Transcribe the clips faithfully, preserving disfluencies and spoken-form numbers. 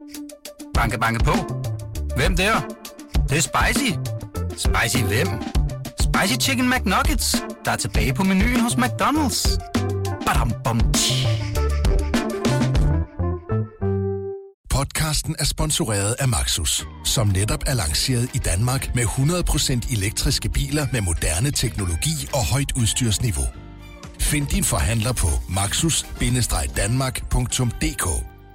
Banke, banke på. Hvem der? Det, det er spicy. Spicy hvem? Spicy Chicken McNuggets, der er tilbage på menuen hos McDonald's. Badum, bom, Podcasten er sponsoreret af Maxus, som netop er lanceret i Danmark med hundrede procent elektriske biler med moderne teknologi og højt udstyrsniveau. Find din forhandler på maxus bindestreg danmark punktum d k.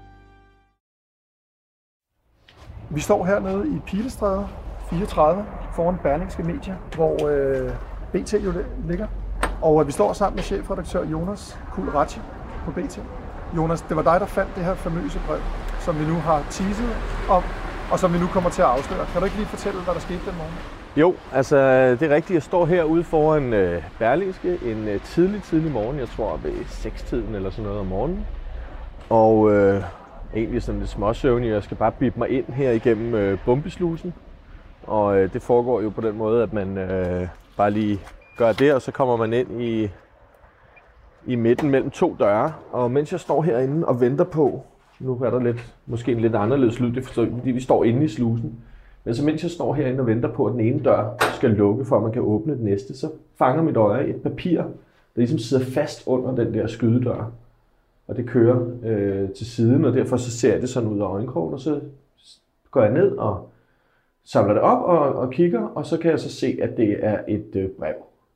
Vi står hernede i Pilestræde fireogtredive foran Berlingske Media, hvor øh, B T jo ligger. Og øh, vi står sammen med chefredaktør Jonas Kuhl Rathje på B T. Jonas, det var dig, der fandt det her famøse brev, som vi nu har teaset om, og som vi nu kommer til at afsløre. Kan du ikke lige fortælle, hvad der skete den morgen? Jo, altså det er rigtigt. Jeg står herude foran øh, Berlingske en øh, tidlig, tidlig morgen. Jeg tror ved seks-tiden eller sådan noget om morgenen. Og øh, egentlig sådan lidt småsøvnig. Jeg skal bare bippe mig ind her igennem øh, bombeslusen. Og øh, det foregår jo på den måde, at man øh, bare lige gør det, og så kommer man ind i, i midten mellem to døre. Og mens jeg står herinde og venter på, nu er der lidt, måske en lidt anderledes lyd, det forstår, fordi vi står inde i slusen. Men så mens jeg står herinde og venter på, at den ene dør skal lukke, for at man kan åbne den næste, så fanger mit øje et papir, der ligesom sidder fast under den der skydedør. Og det kører øh, til siden, og derfor så ser det sådan ud af øjenkrogen, og så går jeg ned og samler det op og, og kigger, og så kan jeg så se, at det er et øh, brev.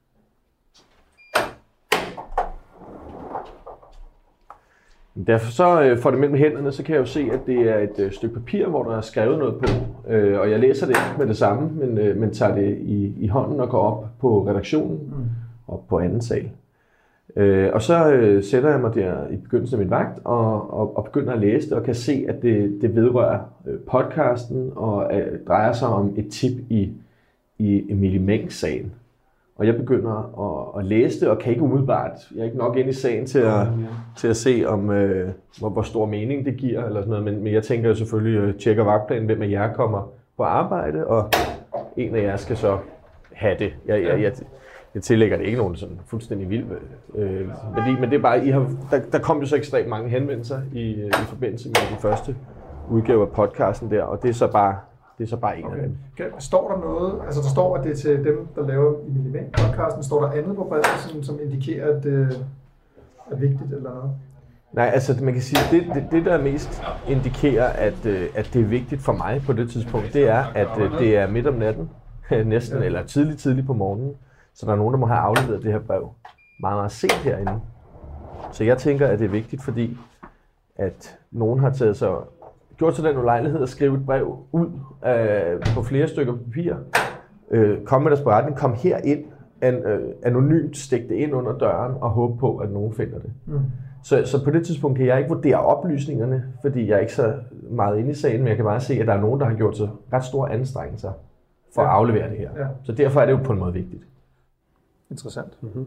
Derfor så øh, får det mellem hænderne, så kan jeg jo se, at det er et øh, stykke papir, hvor der er skrevet noget på. Øh, og jeg læser det ikke med det samme, men, øh, men tager det i, i hånden og går op på redaktionen mm. og på anden sal. Øh, og så øh, sætter jeg mig der i begyndelsen af min vagt og, og, og begynder at læse det, og kan se, at det, det vedrører øh, podcasten og øh, drejer sig om et tip i, i Emilie Meng-sagen. Og jeg begynder at, at læse det, og kan ikke umiddelbart, jeg er ikke nok inde i sagen til at, til at se, om, øh, hvor, hvor stor mening det giver, eller sådan noget. Men, men jeg tænker jo selvfølgelig, at jeg tjekker vagtplanen, hvem af jer kommer på arbejde, og en af jer skal så have det. Jeg, jeg, jeg, jeg tillægger det ikke nogen sådan fuldstændig vild øh, værdi, men det er bare, I har, der, der kom jo så ekstremt mange henvendelser i, i forbindelse med den første udgave af podcasten der, og det er så bare, det er så bare en okay. af dem. Okay. Står der noget, altså der står, at det er til dem, der laver Emilie Meng-podcasten, står der andet på brevet, som, som indikerer, at det er vigtigt eller noget? Nej, altså man kan sige, at det, det, det der mest indikerer, at, at det er vigtigt for mig på det tidspunkt, det er, at det er midt om natten, næsten, ja. Eller tidligt, tidligt på morgenen, så der er nogen, der må have afleveret det her brev meget, meget sent herinde. Så jeg tænker, at det er vigtigt, fordi at nogen har taget sig, gjort sig den ulejlighed at skrive et brev ud øh, på flere stykker papir, øh, kom med deres beretning, kom herind, an, øh, anonymt stik det ind under døren og håbe på, at nogen finder det. Mm. Så, så på det tidspunkt kan jeg ikke vurdere oplysningerne, fordi jeg er ikke så meget inde i sagen, men jeg kan bare se, at der er nogen, der har gjort sig ret store anstrengelser for ja. At aflevere det her. Ja. Så derfor er det jo på en måde vigtigt. Interessant. Mm-hmm.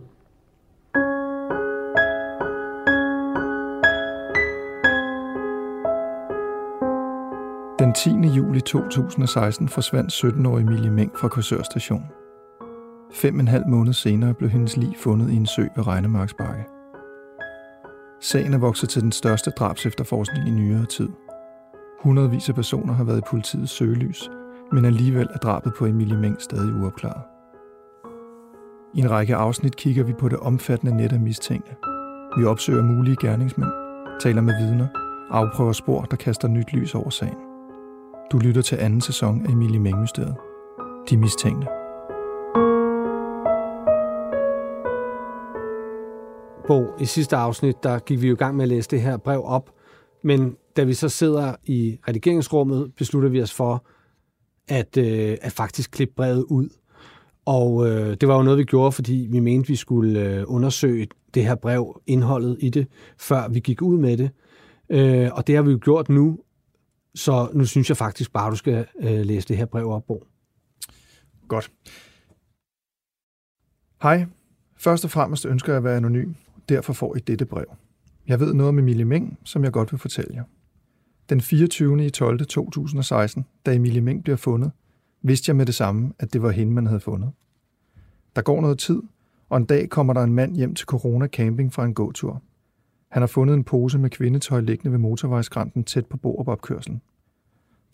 Den tiende juli to tusind og seksten forsvandt sytten-årige Emilie Meng fra Korsør Station. Fem og en halv måned senere blev hendes lig fundet i en sø ved Regnemarksbakke. Sagen er vokset til den største drabsefterforskning i nyere tid. Hundredvis af personer har været i politiets søgelys, men alligevel er drabet på Emilie Meng stadig uopklaret. I en række afsnit kigger vi på det omfattende net af mistænkte. Vi opsøger mulige gerningsmænd, taler med vidner, afprøver spor, der kaster nyt lys over sagen. Du lytter til anden sæson af Emilie Meng-mysteriet. De mistænkte. Bo, i sidste afsnit, der gik vi jo i gang med at læse det her brev op, men da vi så sidder i redigeringsrummet, beslutter vi os for at, øh, at faktisk klippe brevet ud. Og øh, det var jo noget, vi gjorde, fordi vi mente, vi skulle øh, undersøge det her brev, indholdet i det, før vi gik ud med det. Øh, og det har vi jo gjort nu, så nu synes jeg faktisk bare, du skal øh, læse det her brev op, Bo. Godt. Hej. Først og fremmest ønsker jeg at være anonym. Derfor får I dette brev. Jeg ved noget om Emilie Meng, som jeg godt vil fortælle jer. Den fireogtyvende tolvte to tusind og seksten, da Emilie Meng bliver fundet, vidste jeg med det samme, at det var hende, man havde fundet. Der går noget tid, og en dag kommer der en mand hjem til Corona Camping fra en gåtur. Han har fundet en pose med kvindetøj liggende ved motorvejsskranten tæt på Borup-opkørslen.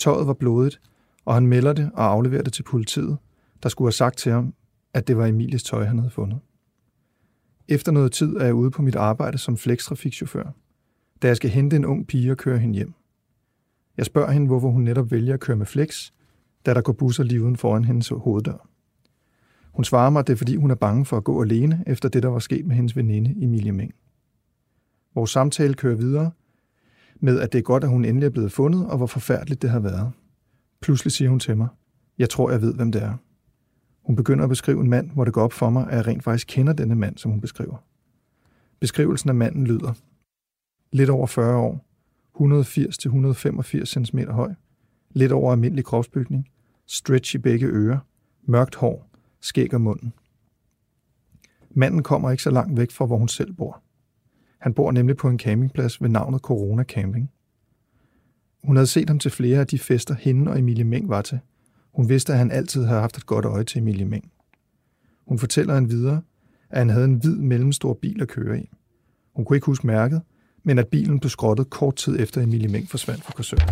Tøjet var blodigt, og han melder det og afleverer det til politiet, der skulle have sagt til ham, at det var Emilies tøj, han havde fundet. Efter noget tid er jeg ude på mit arbejde som flextrafikchauffør, da jeg skal hente en ung pige og køre hende hjem. Jeg spørger hende, hvorfor hun netop vælger at køre med flex, da der går busser lige uden foran hendes hoveddør. Hun svarer mig, at det er fordi, hun er bange for at gå alene efter det, der var sket med hendes veninde Emilie Meng. Vores samtale kører videre med, at det er godt, at hun endelig er blevet fundet, og hvor forfærdeligt det har været. Pludselig siger hun til mig, jeg tror, jeg ved, hvem det er. Hun begynder at beskrive en mand, hvor det går op for mig, at jeg rent faktisk kender denne mand, som hun beskriver. Beskrivelsen af manden lyder: lidt over fyrre år, et hundrede og firs til et hundrede og femogfirs centimeter høj, lidt over almindelig kropsbygning, stretch i begge ører, mørkt hår, skæg og munden. Manden kommer ikke så langt væk fra, hvor hun selv bor. Han bor nemlig på en campingplads ved navnet Corona Camping. Hun havde set ham til flere af de fester, hende og Emilie Meng var til. Hun vidste, at han altid havde haft et godt øje til Emilie Meng. Hun fortæller hende videre, at han havde en hvid mellemstor bil at køre i. Hun kunne ikke huske mærket, men at bilen blev skrottet kort tid efter Emilie Meng forsvandt fra Korsør.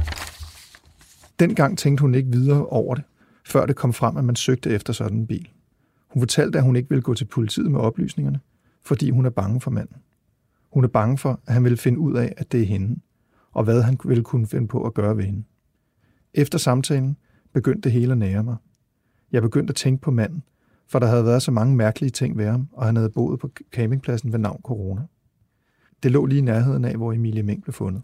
Dengang tænkte hun ikke videre over det, før det kom frem, at man søgte efter sådan en bil. Hun fortalte, at hun ikke ville gå til politiet med oplysningerne, fordi hun er bange for manden. Hun er bange for, at han ville finde ud af, at det er hende, og hvad han ville kunne finde på at gøre ved hende. Efter samtalen begyndte det hele at nære mig. Jeg begyndte at tænke på manden, for der havde været så mange mærkelige ting ved ham, og han havde boet på campingpladsen ved navn Corona. Det lå lige i nærheden af, hvor Emilie Meng blev fundet.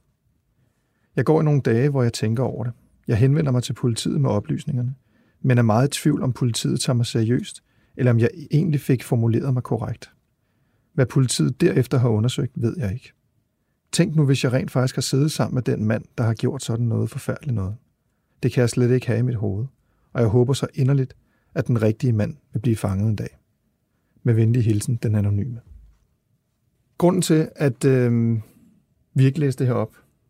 Jeg går i nogle dage, hvor jeg tænker over det. Jeg henvender mig til politiet med oplysningerne, men er meget i tvivl, om politiet tager mig seriøst, eller om jeg egentlig fik formuleret mig korrekt. Hvad politiet derefter har undersøgt, ved jeg ikke. Tænk nu, hvis jeg rent faktisk har siddet sammen med den mand, der har gjort sådan noget forfærdeligt noget. Det kan jeg slet ikke have i mit hoved, og jeg håber så inderligt, at den rigtige mand vil blive fanget en dag. Med venlig hilsen, den anonyme. Grunden til, at øh, vi ikke læste det her op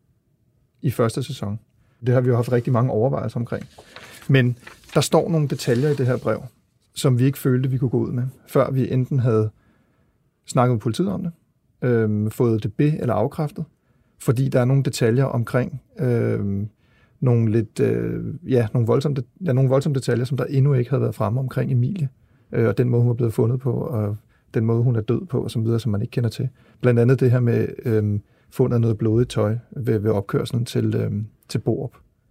i første sæson, det har vi jo haft rigtig mange overvejelser omkring. Men der står nogle detaljer i det her brev, som vi ikke følte, vi kunne gå ud med, før vi enten havde snakket med politiet om det, øh, fået det be- eller afkræftet, fordi der er nogle detaljer omkring øh, nogle lidt, øh, ja, nogle voldsomme, ja, nogle voldsomme detaljer, som der endnu ikke havde været fremme omkring Emilie, øh, og den måde, hun er blevet fundet på, og den måde, hun er død på, og så videre, som man ikke kender til. Blandt andet det her med øh, fundet af noget blodigt tøj ved, ved opkørslen til, øh, til Borup.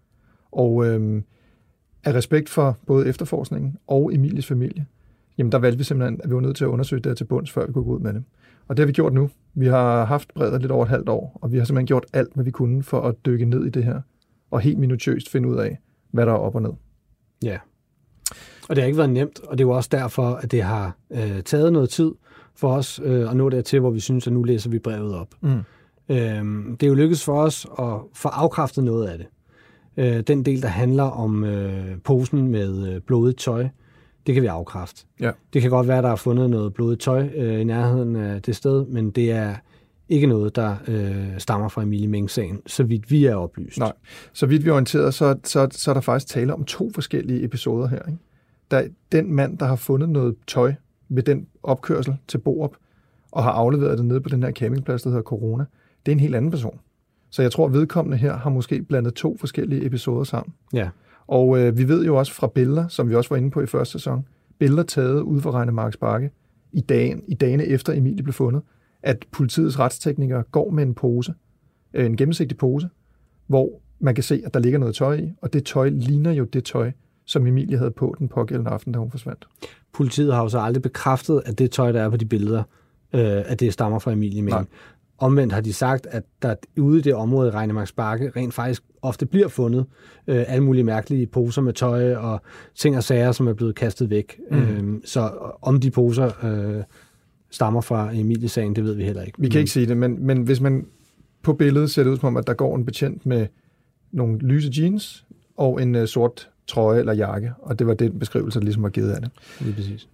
Og øh, af respekt for både efterforskningen og Emilies familie, jamen der valgte vi simpelthen, at vi var nødt til at undersøge det her til bunds, før vi kunne gå ud med det. Og det har vi gjort nu. Vi har haft brevet lidt over et halvt år, og vi har simpelthen gjort alt, hvad vi kunne for at dykke ned i det her, og helt minutiøst finde ud af, hvad der er op og ned. Ja. Og det har ikke været nemt, og det er jo også derfor, at det har øh, taget noget tid for os øh, at nå dertil, hvor vi synes, at nu læser vi brevet op. Mm. Øhm, det er jo lykkedes for os at få afkræftet noget af det. Øh, den del, der handler om øh, posen med øh, blodigt tøj, det kan vi afkræfte. Ja. Det kan godt være, at der er fundet noget blodigt tøj øh, i nærheden af det sted, men det er ikke noget, der øh, stammer fra Emilie Meng-sagen, så vidt vi er oplyst. Nej, så vidt vi er orienteret, så, så, så er der faktisk tale om to forskellige episoder her. Ikke? Der er den mand, der har fundet noget tøj ved den opkørsel til Borup, og har afleveret det nede på den her campingplads, der hedder Corona. Det er en helt anden person. Så jeg tror, at vedkommende her har måske blandet to forskellige episoder sammen. Ja. Og øh, vi ved jo også fra billeder, som vi også var inde på i første sæson, billeder taget ude fra Regnemarks Bakke i, dagen, i dagene efter Emilie blev fundet, at politiets retsteknikere går med en pose, øh, en gennemsigtig pose, hvor man kan se, at der ligger noget tøj i, og det tøj ligner jo det tøj, som Emilie havde på den pågældende aften, da hun forsvandt. Politiet har jo så aldrig bekræftet, at det tøj, der er på de billeder, øh, at det stammer fra Emilie Meng. Omvendt har de sagt, at der ude i det område i Regnemarks Bakke rent faktisk ofte bliver fundet øh, alle mulige mærkelige poser med tøj og ting og sager, som er blevet kastet væk. Mm. Øh, så om de poser øh, stammer fra Emilie-sagen, det ved vi heller ikke. Vi kan ikke sige det, men, men hvis man på billedet ser det ud som om, at der går en betjent med nogle lyse jeans og en uh, sort trøje eller jakke, og det var den beskrivelse, der ligesom var givet af det. Lige præcis.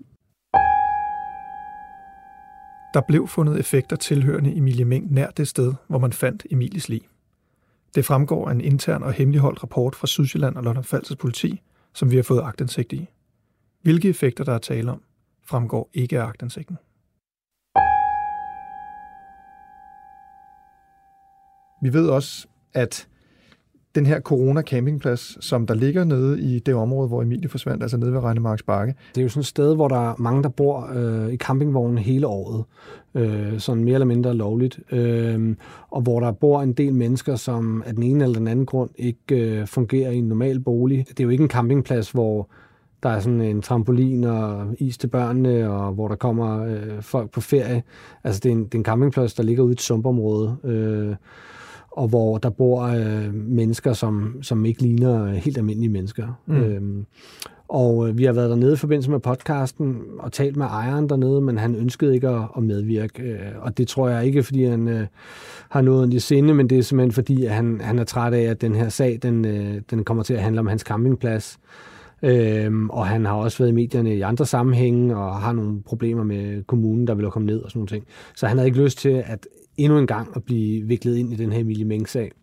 Der blev fundet effekter tilhørende Emilie Meng nær det sted, hvor man fandt Emilies lig. Det fremgår af en intern og hemmeligholdt rapport fra Sydsjælland og Lolland-Falsters politi, som vi har fået aktindsigt i. Hvilke effekter der er tale om, fremgår ikke af aktindsigten. Vi ved også, at den her Corona campingplads, som der ligger nede i det område, hvor Emilie forsvandt, altså nede ved Regnemarks Bakke. Det er jo sådan et sted, hvor der er mange, der bor øh, i campingvognen hele året, øh, sådan mere eller mindre lovligt, øh, og hvor der bor en del mennesker, som af den ene eller den anden grund ikke øh, fungerer i en normal bolig. Det er jo ikke en campingplads, hvor der er sådan en trampolin og is til børnene, og hvor der kommer øh, folk på ferie. Altså det er, en, det er en campingplads, der ligger ude i et sumpområde, øh, og hvor der bor øh, mennesker, som, som ikke ligner helt almindelige mennesker. Mm. Øhm, og øh, vi har været dernede i forbindelse med podcasten og talt med ejeren dernede, men han ønskede ikke at, at medvirke. Øh, og det tror jeg ikke, fordi han øh, har noget i sinde, men det er simpelthen fordi, at han, han er træt af, at den her sag, den, øh, den kommer til at handle om hans campingplads. Øhm, og han har også været i medierne i andre sammenhænge, og har nogle problemer med kommunen, der vil komme ned og sådan nogle ting. Så han havde ikke lyst til at endnu en gang at blive viklet ind i den her Emilie Meng-sag.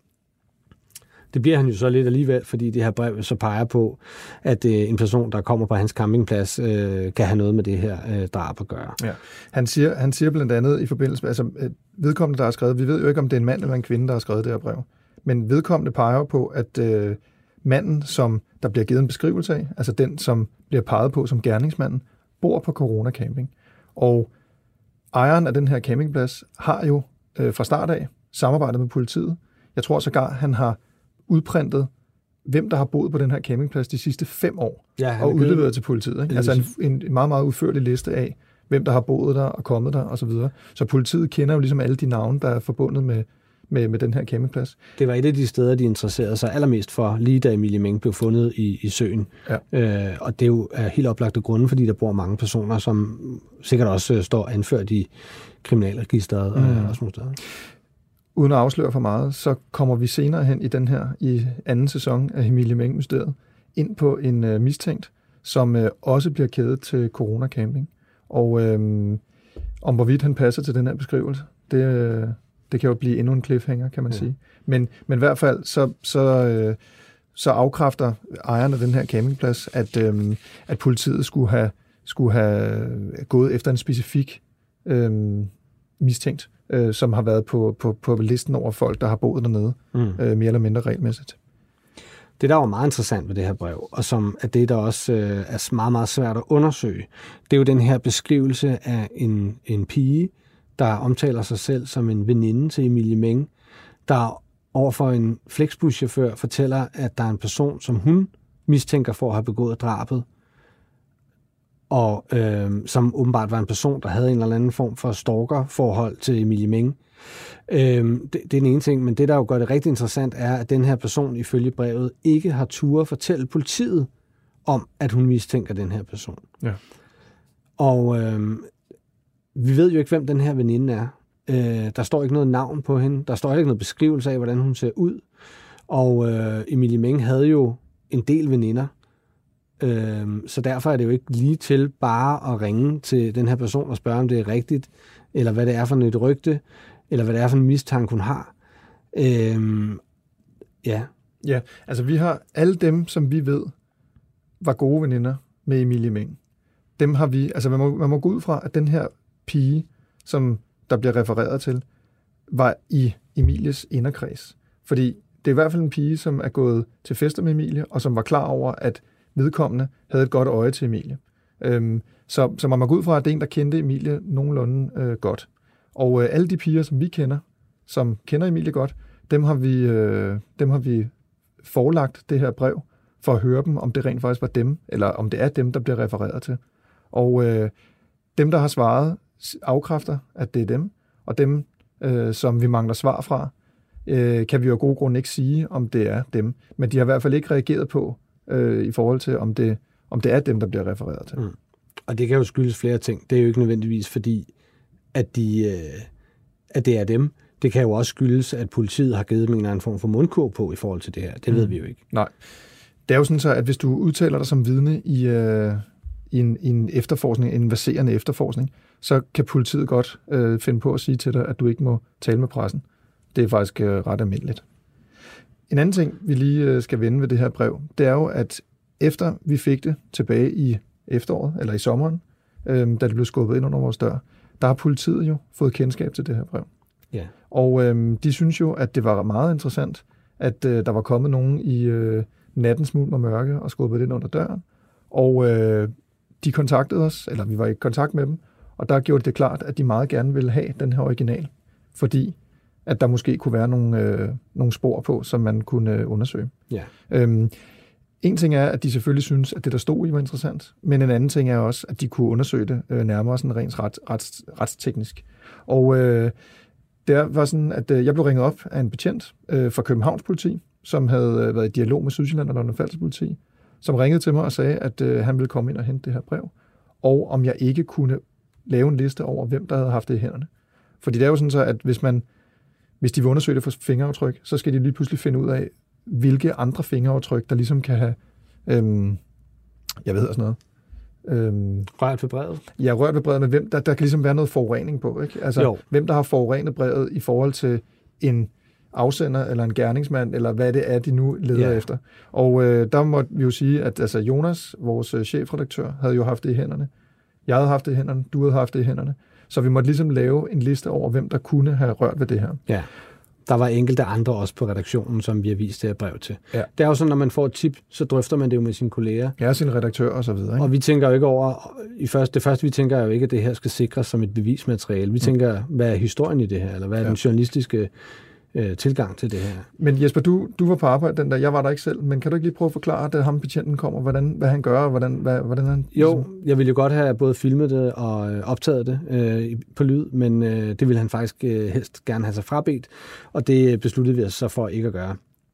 Det bliver han jo så lidt alligevel, fordi det her brev så peger på, at øh, en person, der kommer på hans campingplads, øh, kan have noget med det her øh, drab at gøre. Ja. Han siger, han siger blandt andet i forbindelse med, altså vedkommende, der har skrevet, vi ved jo ikke, om det er en mand eller en kvinde, der har skrevet det her brev, men vedkommende peger på, at øh, manden, som der bliver givet en beskrivelse af, altså den, som bliver peget på som gerningsmanden, bor på Corona Camping. Og ejeren af den her campingplads har jo øh, fra start af samarbejdet med politiet. Jeg tror sågar, han har udprintet, hvem der har boet på den her campingplads de sidste fem år, ja, og udleveret til politiet. Ikke? Altså en, en meget, meget udførlig liste af, hvem der har boet der og kommet der osv. Så, så politiet kender jo ligesom alle de navne, der er forbundet med Med, med den her campingplads. Det var et af de steder, de interesserede sig allermest for, lige da Emilie Meng blev fundet i, i søen. Ja. Øh, og det er jo af helt oplagte grunde, fordi der bor mange personer, som sikkert også øh, står anført i kriminalregisteret mm. og, og sådan noget. Uden at afsløre for meget, så kommer vi senere hen i den her, i anden sæson af Emilie Meng-mysteriet, ind på en øh, mistænkt, som øh, også bliver kædet til Corona Camping. Og øh, om hvorvidt han passer til den her beskrivelse, det øh, Det kan jo blive endnu en cliffhanger, kan man ja. sige. Men, men i hvert fald, så, så, øh, så afkræfter ejeren af den her campingplads, at, øh, at politiet skulle have, skulle have gået efter en specifik øh, mistænkt, øh, som har været på, på, på listen over folk, der har boet dernede, mm. øh, mere eller mindre regelmæssigt. Det, der var meget interessant ved det her brev, og som er det, der også øh, er meget, meget svært at undersøge, det er jo den her beskrivelse af en, en pige, der omtaler sig selv som en veninde til Emilie Meng, der overfor en Flexbuschauffør fortæller, at der er en person, som hun mistænker for at have begået drabet, og øh, som åbenbart var en person, der havde en eller anden form for stalker-forhold til Emilie Meng. Øh, det, det er den ene ting, men det, der jo gør det rigtig interessant, er, at den her person ifølge brevet ikke har turde fortælle politiet om, at hun mistænker den her person. Ja. Og øh, vi ved jo ikke, hvem den her veninde er. Øh, der står ikke noget navn på hende. Der står heller ikke noget beskrivelse af, hvordan hun ser ud. Og øh, Emilie Meng havde jo en del veninder. Øh, så derfor er det jo ikke lige til bare at ringe til den her person og spørge, om det er rigtigt, eller hvad det er for et rygte, eller hvad det er for en mistanke, hun har. Øh, ja. Ja, altså vi har alle dem, som vi ved, var gode veninder med Emilie Meng. Dem har vi, altså man må, man må gå ud fra, at den her pige, som der bliver refereret til, var i Emilies inderkreds. Fordi det er i hvert fald en pige, som er gået til fester med Emilie, og som var klar over, at vedkommende havde et godt øje til Emilie. Øhm, så, så man må gå ud fra, at det er en, der kendte Emilie nogenlunde øh, godt. Og øh, alle de piger, som vi kender, som kender Emilie godt, dem har vi, øh, dem har vi forelagt det her brev, for at høre dem, om det rent faktisk var dem, eller om det er dem, der bliver refereret til. Og øh, dem, der har svaret, afkræfter, at det er dem, og dem, øh, som vi mangler svar fra, øh, kan vi jo af gode grunde ikke sige, om det er dem. Men de har i hvert fald ikke reageret på, øh, i forhold til, om det, om det er dem, der bliver refereret til. Mm. Og det kan jo skyldes flere ting. Det er jo ikke nødvendigvis fordi, at, de, øh, at det er dem. Det kan jo også skyldes, at politiet har givet dem en eller anden form for mundkurv på i forhold til det her. Det mm. ved vi jo ikke. Nej. Det er jo sådan så, at hvis du udtaler dig som vidne i, øh, i, en, i en efterforskning, en verserende efterforskning, så kan politiet godt øh, finde på at sige til dig, at du ikke må tale med pressen. Det er faktisk øh, ret almindeligt. En anden ting, vi lige øh, skal vende ved det her brev, det er jo, at efter vi fik det tilbage i efteråret, eller i sommeren, øh, da det blev skubbet ind under vores dør, der har politiet jo fået kendskab til det her brev. Ja. Og øh, de synes jo, at det var meget interessant, at øh, der var kommet nogen i øh, nattens mulm og mørke og skubbet ind under døren. Og øh, de kontaktede os, eller vi var i kontakt med dem, og der gjorde det klart, at de meget gerne ville have den her original, fordi at der måske kunne være nogle, øh, nogle spor på, som man kunne øh, undersøge. Ja. Øhm, en ting er, at de selvfølgelig synes, at det, der stod i, var interessant, men en anden ting er også, at de kunne undersøge det øh, nærmere sådan rent ret, ret, retsteknisk. Og øh, der var sådan, at øh, jeg blev ringet op af en betjent øh, fra Københavns politi, som havde øh, været i dialog med Sydsjælland og Lolland-Falster politi, som ringede til mig og sagde, at øh, han ville komme ind og hente det her brev, og om jeg ikke kunne lave en liste over, hvem der havde haft det i hænderne. Fordi det er jo sådan så, at hvis man hvis de vil undersøge det for fingeraftryk, så skal de lige pludselig finde ud af, hvilke andre fingeraftryk, der ligesom kan have, øhm, jeg ved sådan noget. Øhm, rørt ved brevet? Ja, rørt ved brevet, men hvem, der, der kan ligesom være noget forurening på, ikke? Altså, jo. Hvem der har forurenet brevet i forhold til en afsender eller en gerningsmand, eller hvad det er, de nu leder ja. efter. Og øh, der måtte vi jo sige, at altså, Jonas, vores øh, chefredaktør, havde jo haft det i hænderne. Jeg havde haft det i hænderne, du havde haft det i hænderne. Så vi måtte ligesom lave en liste over, hvem der kunne have rørt ved det her. Ja, der var enkelte andre også på redaktionen, som vi har vist det her brev til. Ja. Det er jo sådan, når man får et tip, så drøfter man det jo med sine kolleger. Ja, sin redaktør og så videre. Ikke? Og vi tænker jo ikke over, i første, det første vi tænker er jo ikke, at det her skal sikres som et bevismateriale. Vi tænker, hvad er historien i det her, eller hvad er ja. den journalistiske øh, tilgang til det her. Men Jesper, du, du var på arbejde den der, jeg var der ikke selv, men kan du ikke lige prøve at forklare, at ham betjenten kommer, hvordan, hvad han gør, og hvordan, hvad, hvordan han... Jo, jeg ville jo godt have både filmet det og optaget det øh, på lyd, men øh, det ville han faktisk øh, helst gerne have sig frabedt, og det besluttede vi os så for ikke at gøre.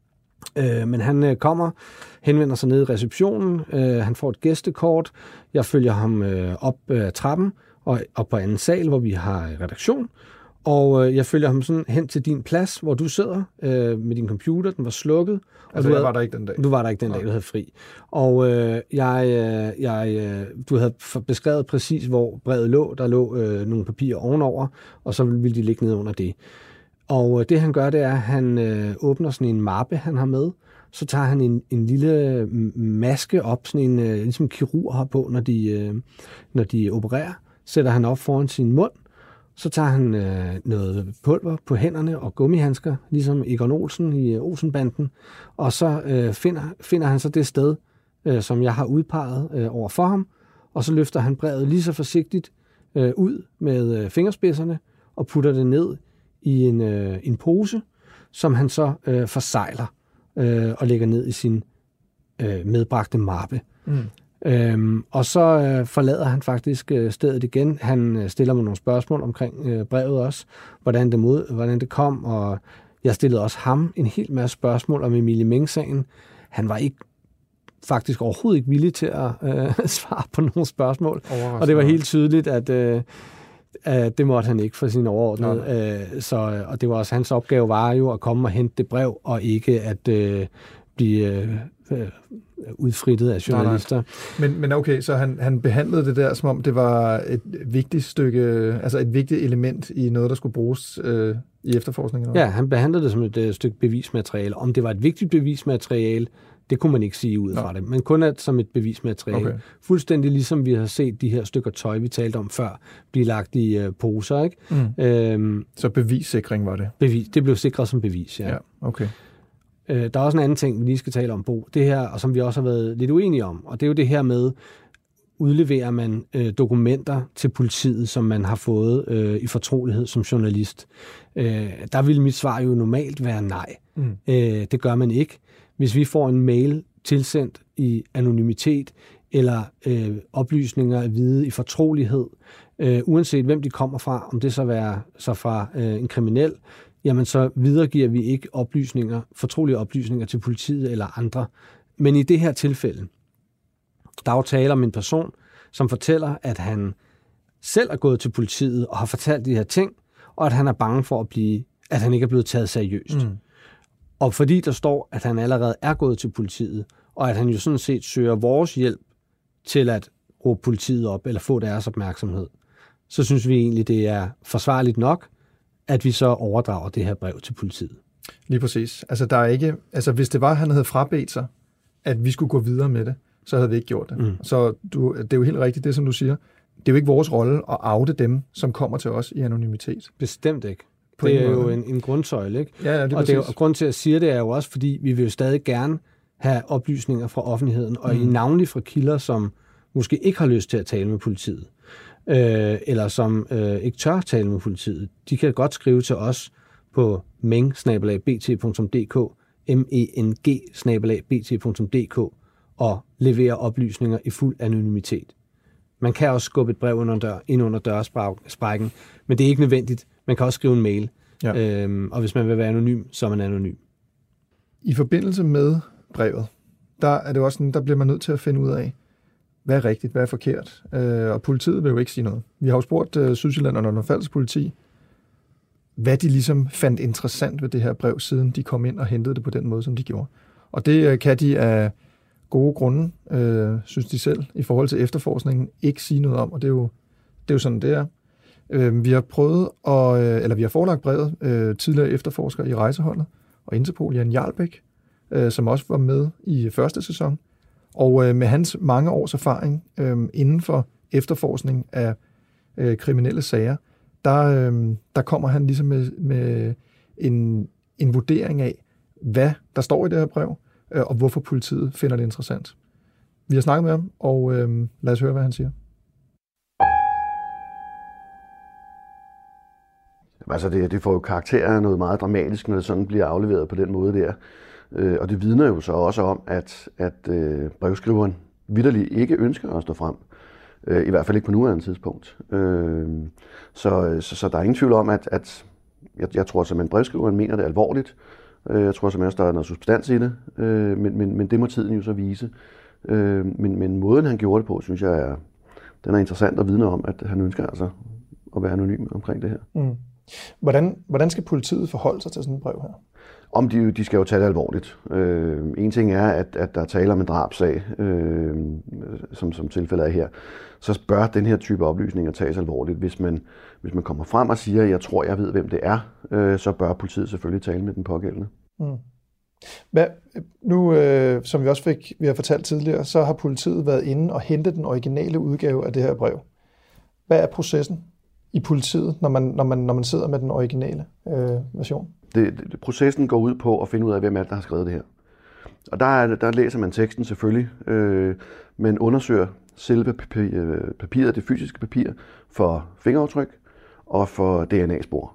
Øh, men han øh, kommer, henvender sig ned i receptionen, øh, han får et gæstekort, jeg følger ham øh, op ad øh, trappen og op på anden sal, hvor vi har redaktion, og øh, jeg følger ham sådan hen til din plads, hvor du sidder øh, med din computer, den var slukket. Og altså, du jeg havde, var der ikke den dag. Du var der ikke den dag, du havde fri. Og øh, jeg, øh, jeg, øh, du havde beskrevet præcis, hvor brevet lå. Der lå øh, nogle papirer ovenover, og så ville de ligge ned under det. Og øh, det han gør, det er, at han øh, åbner sådan en mappe, han har med. Så tager han en, en lille maske op, sådan en, øh, ligesom kirurg har på, når de, øh, når de opererer. Sætter han op foran sin mund. Så tager han øh, noget pulver på hænderne og gummihandsker, ligesom Egon Olsen i Olsenbanden, og så øh, finder, finder han så det sted, øh, som jeg har udpeget øh, over for ham, og så løfter han brevet lige så forsigtigt øh, ud med øh, fingerspidserne og putter det ned i en, øh, en pose, som han så øh, forsegler øh, og lægger ned i sin øh, medbragte mappe. Mm. Øhm, og så øh, forlader han faktisk øh, stedet igen. Han øh, stiller mig nogle spørgsmål omkring øh, brevet også, hvordan det, mod, hvordan det kom, og jeg stillede også ham en hel masse spørgsmål om Emilie Meng-sagen. Han var ikke faktisk overhovedet ikke villig til at øh, svare på nogle spørgsmål, og det var helt tydeligt, at, øh, at det måtte han ikke for sin overordnede. Øh, så, og det var også hans opgave var jo at komme og hente det brev, og ikke at øh, blive... Øh, udfrittet af journalister. Nej, nej. Men, men okay, så han, han behandlede det der, som om det var et vigtigt stykke, altså et vigtigt element i noget, der skulle bruges øh, i efterforskningen? Ja, han behandlede det som et øh, stykke bevismateriale. Om det var et vigtigt bevismateriale, det kunne man ikke sige ud fra Nå. det, men kun at, som et bevismateriale. Okay. Fuldstændig ligesom vi har set de her stykker tøj, vi talte om før, blive lagt i øh, poser, ikke? Mm. Øhm, så bevissikring var det? Bevis, det blev sikret som bevis, ja. Ja, okay. Der er også en anden ting, vi lige skal tale om, Bo. Det her, og som vi også har været lidt uenige om, og det er jo det her med, udleverer man øh, dokumenter til politiet, som man har fået øh, i fortrolighed som journalist. Øh, der vil mit svar jo normalt være nej. Mm. Øh, det gør man ikke. Hvis vi får en mail tilsendt i anonymitet, eller øh, oplysninger at vide i fortrolighed, øh, uanset hvem de kommer fra, om det så være så fra øh, en kriminel, jamen så videregiver vi ikke oplysninger, fortrolige oplysninger til politiet eller andre. Men i det her tilfælde, der er jo tale om en person, som fortæller, at han selv er gået til politiet og har fortalt de her ting, og at han er bange for at blive, at han ikke er blevet taget seriøst. Mm. Og fordi der står, at han allerede er gået til politiet, og at han jo sådan set søger vores hjælp til at råbe politiet op eller få deres opmærksomhed, så synes vi egentlig, det er forsvarligt nok, at vi så overdrager det her brev til politiet. Lige præcis. Altså, der er ikke, altså hvis det var, at han havde frabedt sig, at vi skulle gå videre med det, så havde vi ikke gjort det. Mm. Så du, det er jo helt rigtigt, det som du siger. Det er jo ikke vores rolle at oute dem, som kommer til os i anonymitet. Bestemt ikke. På det er jo en, en grundsøjle, ikke? Ja, ja, det er og, det er, og grund til at sige det er jo også, fordi vi vil jo stadig gerne have oplysninger fra offentligheden, og mm. i navnlig fra kilder, som måske ikke har lyst til at tale med politiet, øh, eller som øh, ikke tør tale med politiet. De kan godt skrive til os på meng bindestreg b t punktum d k, m e n g bindestreg b t punktum d k, og levere oplysninger i fuld anonymitet. Man kan også skubbe et brev under dør, ind under dørsprækken, men det er ikke nødvendigt. Man kan også skrive en mail, ja. øhm, og hvis man vil være anonym, så er man anonym. I forbindelse med brevet, der er det også sådan, der bliver man nødt til at finde ud af, hvad er rigtigt, hvad er forkert. Øh, og politiet vil jo ikke sige noget. Vi har jo spurgt uh, Sydsjælland og Nordfalds politi, hvad de ligesom fandt interessant ved det her brev, siden de kom ind og hentede det på den måde, som de gjorde. Og det uh, kan de af gode grunde, øh, synes de selv, i forhold til efterforskningen, ikke sige noget om, og det er jo, det er jo sådan, det er. Øh, vi har prøvet, at, øh, eller vi har forelagt brevet øh, tidligere efterforsker i Rejseholdet, og Interpol, Jan Jarlbæk, øh, som også var med i første sæson, og øh, med hans mange års erfaring øh, inden for efterforskning af øh, kriminelle sager, der, øh, der kommer han ligesom med, med en, en vurdering af, hvad der står i det her brev, og hvorfor politiet finder det interessant. Vi har snakket med ham, og øh, lad os høre, hvad han siger. Altså det, det får jo karakter af noget meget dramatisk, når det sådan bliver afleveret på den måde der. Øh, og det vidner jo så også om, at, at øh, brevskriveren vitterligt ikke ønsker at stå frem. Øh, I hvert fald ikke på nuværende tidspunkt. Øh, så, så, så der er ingen tvivl om, at, at jeg, jeg tror simpelthen, at brevskriveren mener det alvorligt. Jeg tror simpelthen, at der er noget substans i det, men, men, men det må tiden jo så vise. Men, men måden, han gjorde det på, synes jeg, er, den er interessant at vidne om, at han ønsker altså at være anonym omkring det her. Mm. Hvordan, hvordan skal politiet forholde sig til sådan et brev her? Om de, de skal jo tage det alvorligt. Øh, en ting er, at, at der taler om en drabsag, øh, som, som tilfældet er her. Så bør den her type oplysninger tages alvorligt. Hvis man, hvis man kommer frem og siger, at jeg tror, jeg ved, hvem det er, øh, så bør politiet selvfølgelig tale med den pågældende. Mm. Hvad, nu, øh, som vi også fik, vi har fortalt tidligere, så har politiet været inde og hentet den originale udgave af det her brev. Hvad er processen i politiet, når man, når man, når man sidder med den originale øh, version? Det, det, processen går ud på at finde ud af, hvem er det, der har skrevet det her. Og der, er, der læser man teksten selvfølgelig, øh, men undersøger selve papiret, det fysiske papir, for fingeraftryk og for D N A-spor.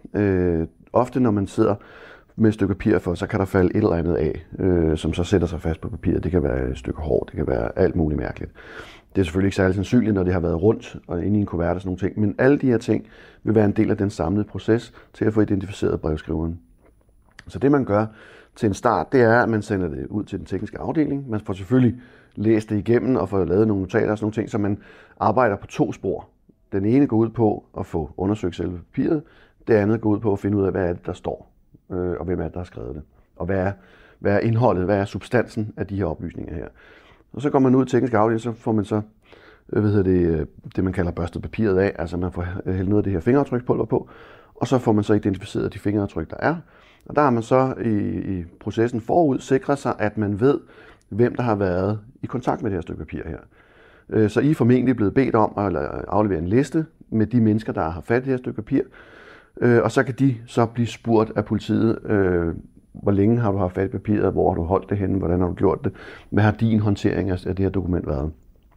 Øh, ofte når man sidder med et stykke papir for, så kan der falde et eller andet af, øh, som så sætter sig fast på papiret. Det kan være et stykke hår, det kan være alt muligt mærkeligt. Det er selvfølgelig ikke særlig sandsynligt, når det har været rundt og inde i en kuvert og sådan nogle ting, men alle de her ting vil være en del af den samlede proces til at få identificeret brevskriveren. Så det man gør til en start, det er, at man sender det ud til den tekniske afdeling. Man får selvfølgelig læst det igennem og får lavet nogle notater og sådan nogle ting, så man arbejder på to spor. Den ene går ud på at få undersøgt selve papiret, det andet går ud på at finde ud af, hvad er det, der står, og hvem er det, der har skrevet det. Og hvad er, hvad er indholdet, hvad er substansen af de her oplysninger her. Og så går man ud i teknisk afdeling, så får man så hvad hedder det, det, man kalder børstet papiret af, altså man får hældt noget af det her fingeraftrykspulver på, og så får man så identificeret de fingeraftryk, der er. Og der har man så i, i processen forud sikret sig, at man ved, hvem der har været i kontakt med det her stykke papir her. Så I er formentlig blevet bedt om at aflevere en liste med de mennesker, der har fat i det her stykke papir, og så kan de så blive spurgt af politiet, hvor længe har du haft fat i papiret, hvor har du holdt det henne, hvordan har du gjort det, hvad har din håndtering af det her dokument været.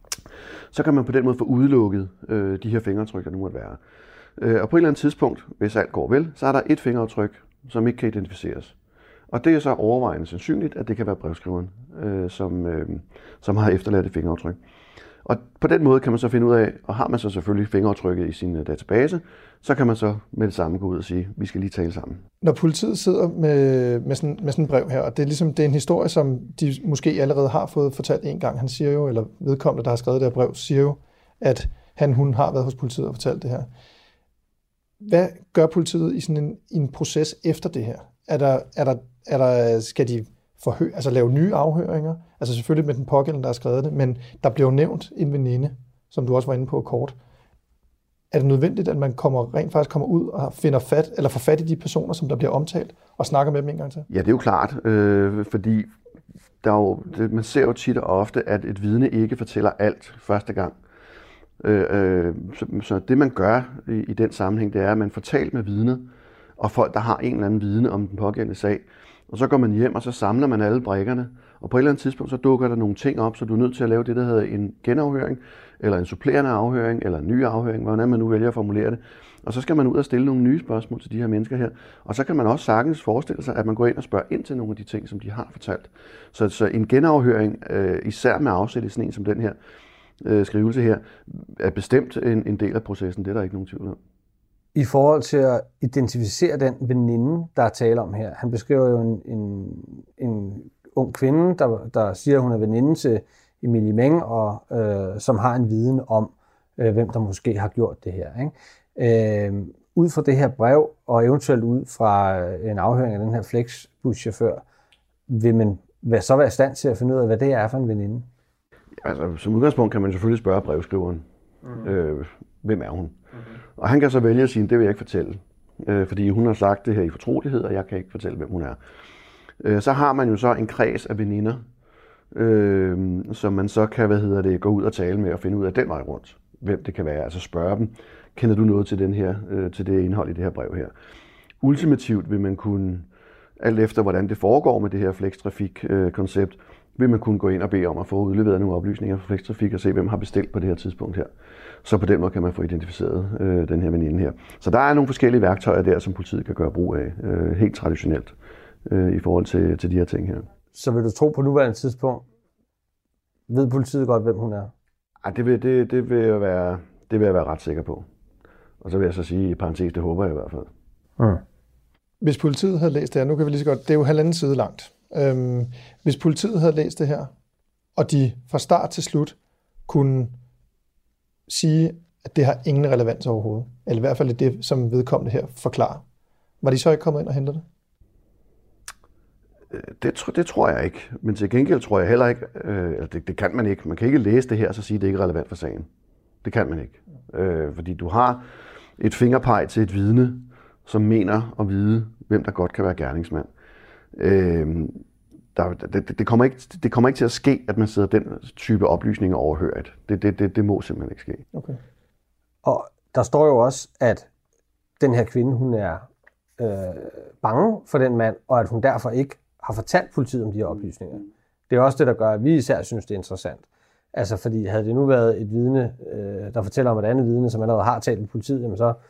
Så kan man på den måde få udelukket øh, de her fingeraftryk, der nu måtte være. Øh, og på et eller andet tidspunkt, hvis alt går vel, så er der et fingeraftryk, som ikke kan identificeres. Og det er så overvejende sandsynligt, at det kan være brevskriveren, øh, som, øh, som har efterladt et fingeraftryk. Og på den måde kan man så finde ud af, og har man så selvfølgelig fingeraftrykket i sin database, så kan man så med det samme gå ud og sige, vi skal lige tale sammen. Når politiet sidder med, med, sådan, med sådan en brev her, og det er ligesom det er en historie, som de måske allerede har fået fortalt en gang, han siger jo, eller vedkommende, der har skrevet det her brev, siger jo, at han, hun har været hos politiet og fortalt det her. Hvad gør politiet i sådan en, i en proces efter det her? Er der, er der, er der, skal de forhø, altså lave nye afhøringer? Altså selvfølgelig med den pågældende, der har skrevet det, men der bliver jo nævnt en veninde, som du også var inde på kort. Er det nødvendigt, at man kommer, rent faktisk kommer ud og finder fat, eller får fat i de personer, som der bliver omtalt, og snakker med dem en gang til? Ja, det er jo klart, øh, fordi der er jo, det, man ser jo tit og ofte, at et vidne ikke fortæller alt første gang. Øh, øh, så, så det man gør i, i den sammenhæng, det er, at man får talt med vidnet, og folk, der har en eller anden viden om den pågældende sag. Og så går man hjem, og så samler man alle brikkerne, og på et eller andet tidspunkt, så dukker der nogle ting op, så du er nødt til at lave det, der hedder en genafhøring, eller en supplerende afhøring, eller en ny afhøring, hvordan man nu vælger at formulere det. Og så skal man ud og stille nogle nye spørgsmål til de her mennesker her. Og så kan man også sagtens forestille sig, at man går ind og spørger ind til nogle af de ting, som de har fortalt. Så, så en genafhøring, øh, især med afsæt i sådan en som den her øh, skrivelse her, er bestemt en, en del af processen. Det er der ikke nogen tvivl om. I forhold til at identificere den veninde, der er tale om her. Han beskriver jo en, en, en ung kvinde, der, der siger, at hun er veninde til Emilie Meng, og øh, som har en viden om, øh, hvem der måske har gjort det her. Ikke? Øh, ud fra det her brev, og eventuelt ud fra en afhøring af den her Flexbuschauffør, vil man så være i stand til at finde ud af, hvad det er for en veninde? Altså, som udgangspunkt kan man selvfølgelig spørge brevskriveren, mm. øh, hvem er hun? Mm. Og han kan så vælge at sige, det vil jeg ikke fortælle, øh, fordi hun har sagt det her i fortrolighed, og jeg kan ikke fortælle, hvem hun er. Øh, så har man jo så en kreds af veninder, øh, som man så kan, hvad hedder det, gå ud og tale med og finde ud af den vej rundt, hvem det kan være. Altså spørge dem, kender du noget til, den her, øh, til det indhold i det her brev her? Ultimativt vil man kunne, alt efter hvordan det foregår med det her flextrafik-koncept, øh, vil man kunne gå ind og bede om at få udleveret nogle oplysninger fra flextrafik og se, hvem har bestilt på det her tidspunkt her. Så på den måde kan man få identificeret øh, den her veninde her. Så der er nogle forskellige værktøjer der, som politiet kan gøre brug af, øh, helt traditionelt, øh, i forhold til, til de her ting her. Så vil du tro på nuværende tidspunkt, ved politiet godt, hvem hun er? Ej, det vil, det, det vil jeg være, det vil jeg være ret sikker på. Og så vil jeg så sige, i parentes, det håber jeg i hvert fald. Mm. Hvis politiet havde læst det her, nu kan vi lige så godt, det er jo halvanden side langt. Øhm, hvis politiet havde læst det her, og de fra start til slut kunne sige, at det har ingen relevans overhovedet, eller i hvert fald det, som vedkommende her forklarer, var de så ikke kommet ind og hentet det? Det, det tror jeg ikke, men til gengæld tror jeg heller ikke, øh, det, det kan man ikke. Man kan ikke læse det her og så sige, at det ikke er relevant for sagen. Det kan man ikke. Øh, fordi du har et fingerpeg til et vidne, som mener at vide, hvem der godt kan være gerningsmand. Øh, der, det, det, kommer ikke, det kommer ikke til at ske, at man sidder den type oplysninger overhørt. Det, det, det, det må simpelthen ikke ske. Okay. Og der står jo også, at den her kvinde, hun er øh, bange for den mand, og at hun derfor ikke har fortalt politiet om de her oplysninger. Det er også det, der gør, at vi især synes, det er interessant. Altså, fordi havde det nu været et vidne, øh, der fortæller om et andet vidne, som allerede har talt med politiet, jamen så,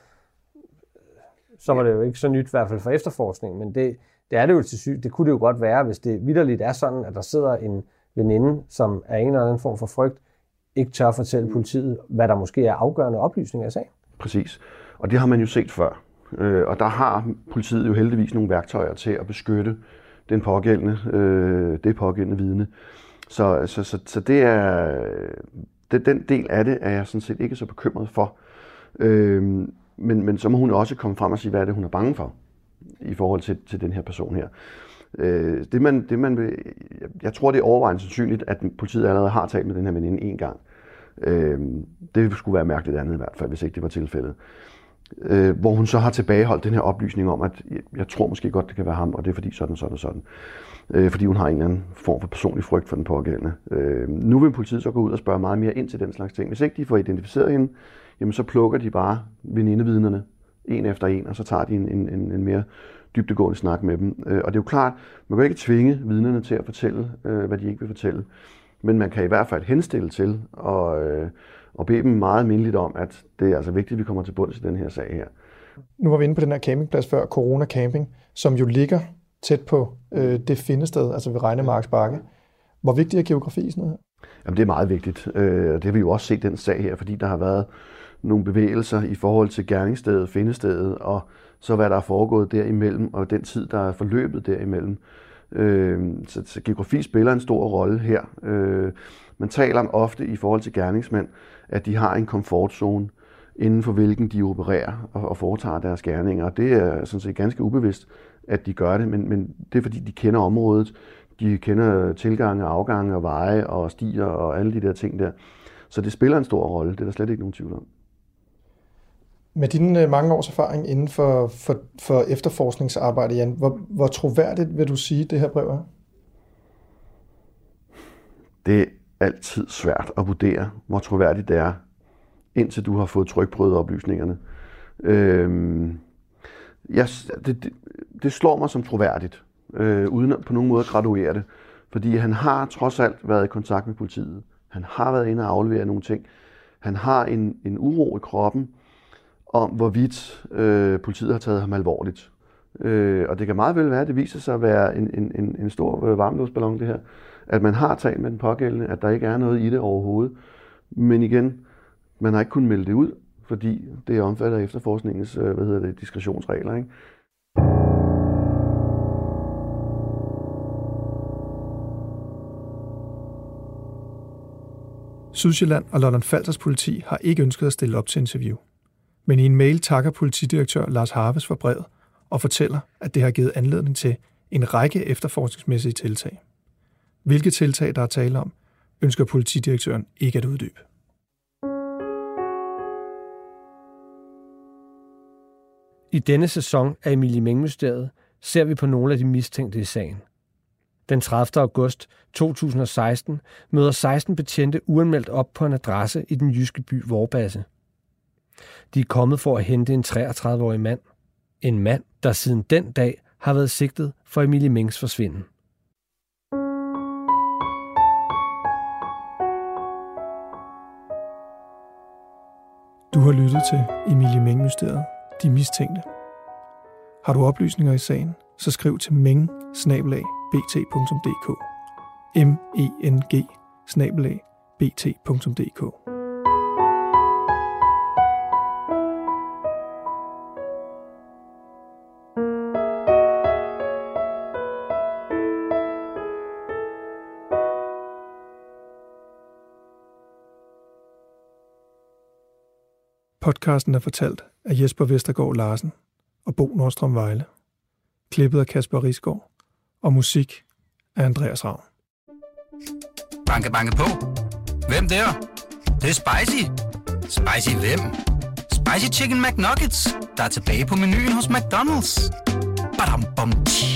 så var det jo ikke så nyt, i hvert fald for efterforskningen. Men det, det er det jo til syg. Det kunne det jo godt være, hvis det vitterligt er sådan, at der sidder en veninde, som er en eller anden form for frygt, ikke tør fortælle politiet, hvad der måske er afgørende oplysninger i sagen. Præcis. Og det har man jo set før. Øh, og der har politiet jo heldigvis nogle værktøjer til at beskytte den pågældende, øh, det pågældende vidne. Så, så, så, så det er, det, den del af det er jeg sådan set ikke så bekymret for. Øh, men, men så må hun også komme frem og sige, hvad er det, hun er bange for i forhold til, til den her person her. Øh, det man, det man vil, jeg tror, det er overvejende sandsynligt, at politiet allerede har talt med den her veninde en gang. Øh, det skulle være mærkeligt andet i hvert fald, hvis ikke det var tilfældet. Øh, hvor hun så har tilbageholdt den her oplysning om, at jeg, jeg tror måske godt, det kan være ham, og det er fordi sådan, sådan, sådan. Øh, fordi hun har en eller anden form for personlig frygt for den pågældende. Øh, nu vil politiet så gå ud og spørge meget mere ind til den slags ting. Hvis ikke de får identificeret hende, jamen så plukker de bare venindevidnerne en efter en, og så tager de en, en, en, en mere dybdegående snak med dem. Øh, og det er jo klart, man kan ikke tvinge vidnerne til at fortælle, øh, hvad de ikke vil fortælle. Men man kan i hvert fald henstille til og, øh, og bede dem meget mindeligt om, at det er altså vigtigt, at vi kommer til bunds i den her sag her. Nu var vi inde på den her campingplads før, Corona Camping, som jo ligger tæt på øh, det findested, altså ved Regnemarks Bakke. Hvor vigtig er geografi i sådan noget her? Jamen, det er meget vigtigt. Øh, det har vi jo også set den sag her, fordi der har været nogle bevægelser i forhold til gerningsstedet, findestedet, og så hvad der er foregået derimellem, og den tid, der er forløbet derimellem. Øh, så, så geografi spiller en stor rolle her. Øh, man taler om ofte i forhold til gerningsmænd, at de har en komfortzone, inden for hvilken de opererer og, og foretager deres gerninger. Og det er sådan set ganske ubevidst, at de gør det, men, men det er fordi, de kender området. De kender tilgange, afgange og veje og stier og alle de der ting der. Så det spiller en stor rolle, det er der slet ikke nogen tvivl om. Med dine mange års erfaring inden for, for, for efterforskningsarbejde, Jan, hvor, hvor troværdigt vil du sige, det her brev er? Det er altid svært at vurdere, hvor troværdigt det er, indtil du har fået trykprøvet oplysningerne. Øhm, jeg, det, det, det slår mig som troværdigt, øh, uden at på nogen måde graduere det. Fordi han har trods alt været i kontakt med politiet. Han har været inde og aflevere nogle ting. Han har en, en uro i kroppen om, hvorvidt øh, politiet har taget ham alvorligt. Øh, og det kan meget vel være, at det viser sig at være en, en, en stor øh, varmluftsballon, det her. At man har talt med den pågældende, at der ikke er noget i det overhovedet. Men igen, man har ikke kunnet melde det ud, fordi det er omfattet af efterforskningens øh, hvad hedder det, diskretionsregler, ikke? Sydsjælland og Lolland-Falsters politi har ikke ønsket at stille op til interview. Men i en mail takker politidirektør Lars Harves for brevet og fortæller, at det har givet anledning til en række efterforskningsmæssige tiltag. Hvilke tiltag, der er tale om, ønsker politidirektøren ikke at uddybe. I denne sæson af Emilie Meng-mysteriet ser vi på nogle af de mistænkte i sagen. Den tredivte august to tusind og seksten møder seksten betjente uanmeldt op på en adresse i den jyske by Vorbasse. De er kommet for at hente en treogtredive-årig mand. En mand, der siden den dag har været sigtet for Emilie Mengs forsvinden. Du har lyttet til Emilie Meng-mysteriet, De mistænkte. Har du oplysninger i sagen, så skriv til meng bindestreg b t punktum d k. m e n g bindestreg b t punktum d k. Podcasten er fortalt af Jesper Vestergaard Larsen og Bo Nordstrøm Vejle. Klippet af Kasper Risgaard og musik af Andreas Ravn. Banke, banke på. Hvem der? Det, det er spicy. Spicy hvem? Spicy Chicken McNuggets, der er tilbage på menuen hos McDonald's. Badum, bom, tji.